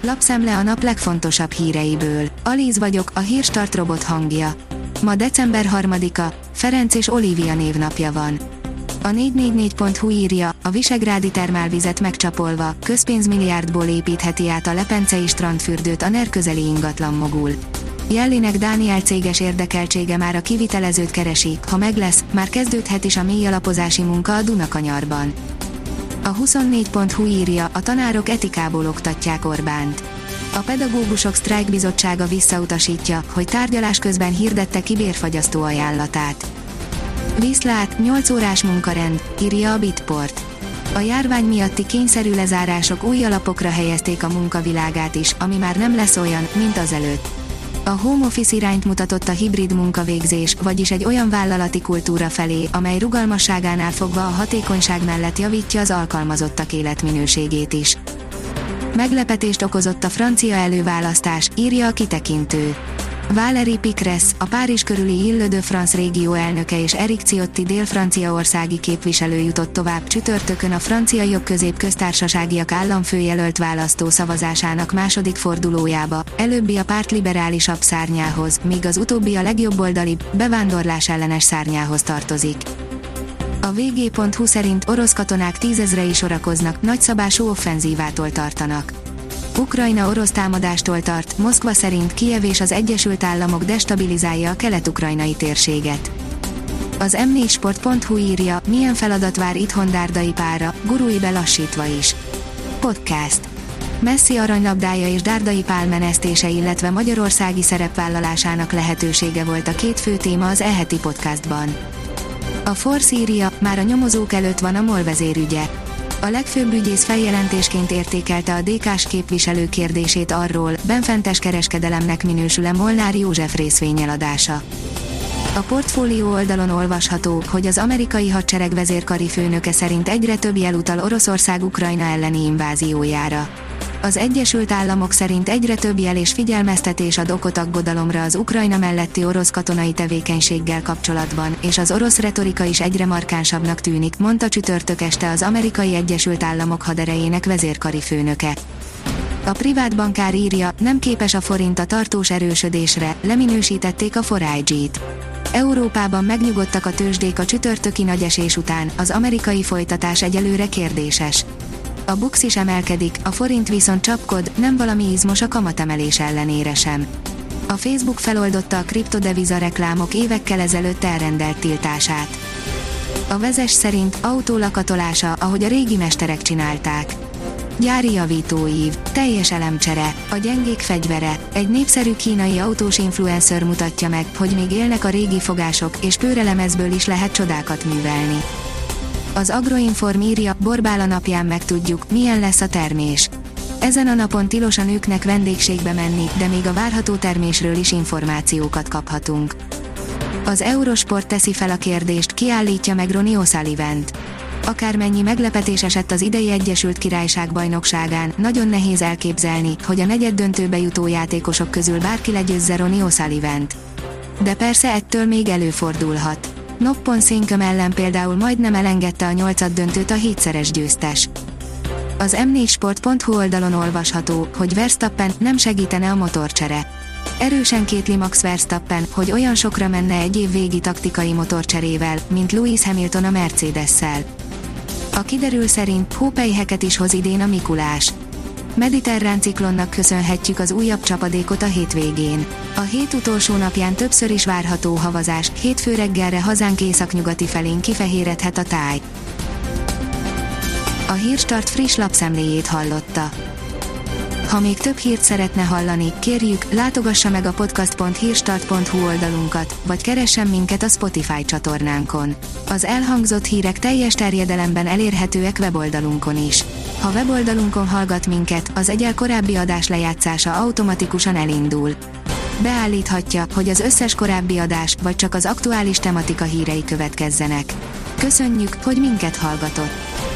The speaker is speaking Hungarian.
Lapszemle a nap legfontosabb híreiből. Alíz vagyok, a Hírstart robot hangja. Ma december 3-a, Ferenc és Olivia névnapja van. A 444.hu írja, a visegrádi termálvizet megcsapolva, közpénzmilliárdból építheti át a lepencei strandfürdőt a NER közeli ingatlan mogul. Jellinek Dániel céges érdekeltsége már a kivitelezőt keresi, ha meg lesz, már kezdődhet is a mélyalapozási munka a Dunakanyarban. A 24.hu írja, a tanárok etikából oktatják Orbánt. A pedagógusok sztrájkbizottsága visszautasítja, hogy tárgyalás közben hirdette ki bérfagyasztó ajánlatát. Viszlát, 8 órás munkarend, írja a Bitport. A járvány miatti kényszerű lezárások új alapokra helyezték a munkavilágát is, ami már nem lesz olyan, mint azelőtt. A home office irányt mutatott a hibrid munkavégzés, vagyis egy olyan vállalati kultúra felé, amely rugalmasságánál fogva a hatékonyság mellett javítja az alkalmazottak életminőségét is. Meglepetést okozott a francia előválasztás, írja a Kitekintő. Valérie Pécresse, a Párizs körüli Île-de-France régió elnöke és Éric Ciotti dél-franciaországi képviselő jutott tovább csütörtökön a francia jobbközép köztársaságiak államfőjelölt választó szavazásának második fordulójába, előbbi a párt liberálisabb szárnyához, míg az utóbbi a legjobboldalibb, bevándorlás ellenes szárnyához tartozik. A vg.hu szerint orosz katonák 10 000-ei sorakoznak, nagyszabású offenzívától tartanak. Ukrajna orosz támadástól tart, Moszkva szerint Kijev és az Egyesült Államok destabilizálja a kelet-ukrajnai térséget. Az m4sport.hu írja, milyen feladat vár itthon Dárdai Pálra, gurui belassítva is. Podcast. Messi aranylabdája és Dárdai Pál menesztése, illetve magyarországi szerepvállalásának lehetősége volt a két fő téma az e-heti podcastban. A Force írja, már a nyomozók előtt van a MOL vezérügye. A legfőbb ügyész feljelentésként értékelte a DK-s képviselő kérdését arról, benfentes kereskedelemnek minősül-e Molnár József részvényeladása. A portfólió oldalon olvasható, hogy az amerikai hadsereg vezérkari főnöke szerint egyre több jel utal Oroszország Ukrajna elleni inváziójára. Az Egyesült Államok szerint egyre több jel és figyelmeztetés ad okot aggodalomra az Ukrajna melletti orosz katonai tevékenységgel kapcsolatban, és az orosz retorika is egyre markánsabbnak tűnik, mondta csütörtök este az Amerikai Egyesült Államok haderejének vezérkari főnöke. A privát bankár írja, nem képes a forint a tartós erősödésre, leminősítették a 4IG-t. Európában megnyugodtak a tőzsdék a csütörtöki nagyesés után, az amerikai folytatás egyelőre kérdéses. A BUX is emelkedik, a forint viszont csapkod, nem valami izmos a kamatemelés ellenére sem. A Facebook feloldotta a kriptodeviza reklámok évekkel ezelőtt elrendelt tiltását. A Vezes szerint autó lakatolása, ahogy a régi mesterek csinálták. Gyári javítóív, teljes elemcsere, a gyengék fegyvere, egy népszerű kínai autós influencer mutatja meg, hogy még élnek a régi fogások, és pőrelemezből is lehet csodákat művelni. Az Agroinform írja, Borbála napján megtudjuk, milyen lesz a termés. Ezen a napon tilos a nőknek vendégségbe menni, de még a várható termésről is információkat kaphatunk. Az Eurosport teszi fel a kérdést, ki állítja meg Ronnie O'Sullivant. Akármennyi meglepetés esett az idei Egyesült Királyság bajnokságán, nagyon nehéz elképzelni, hogy a negyeddöntőbe jutó játékosok közül bárki legyőzze Ronnie O'Sullivant. De persze ettől még előfordulhat. Noppon Szénköm ellen például majdnem elengedte a 8-döntőt a 7-szeres győztes. Az m4sport.hu oldalon olvasható, hogy Verstappen nem segítene a motorcsere. Erősen kétli Max Verstappen, hogy olyan sokra menne egy év végi taktikai motorcserével, mint Lewis Hamilton a Mercedes-szel. A kiderül szerint hópelyheket is hoz idén a Mikulás. Mediterrán ciklonnak köszönhetjük az újabb csapadékot a hétvégén. A hét utolsó napján többször is várható havazás, hétfő reggelre hazánk északnyugati felén kifehéredhet a táj. A Hírstart friss lapszemléjét hallotta. Ha még több hírt szeretne hallani, kérjük, látogassa meg a podcast.hírstart.hu oldalunkat, vagy keressen minket a Spotify csatornánkon. Az elhangzott hírek teljes terjedelemben elérhetőek weboldalunkon is. Ha weboldalunkon hallgat minket, az egyel korábbi adás lejátszása automatikusan elindul. Beállíthatja, hogy az összes korábbi adás, vagy csak az aktuális tematika hírei következzenek. Köszönjük, hogy minket hallgatott!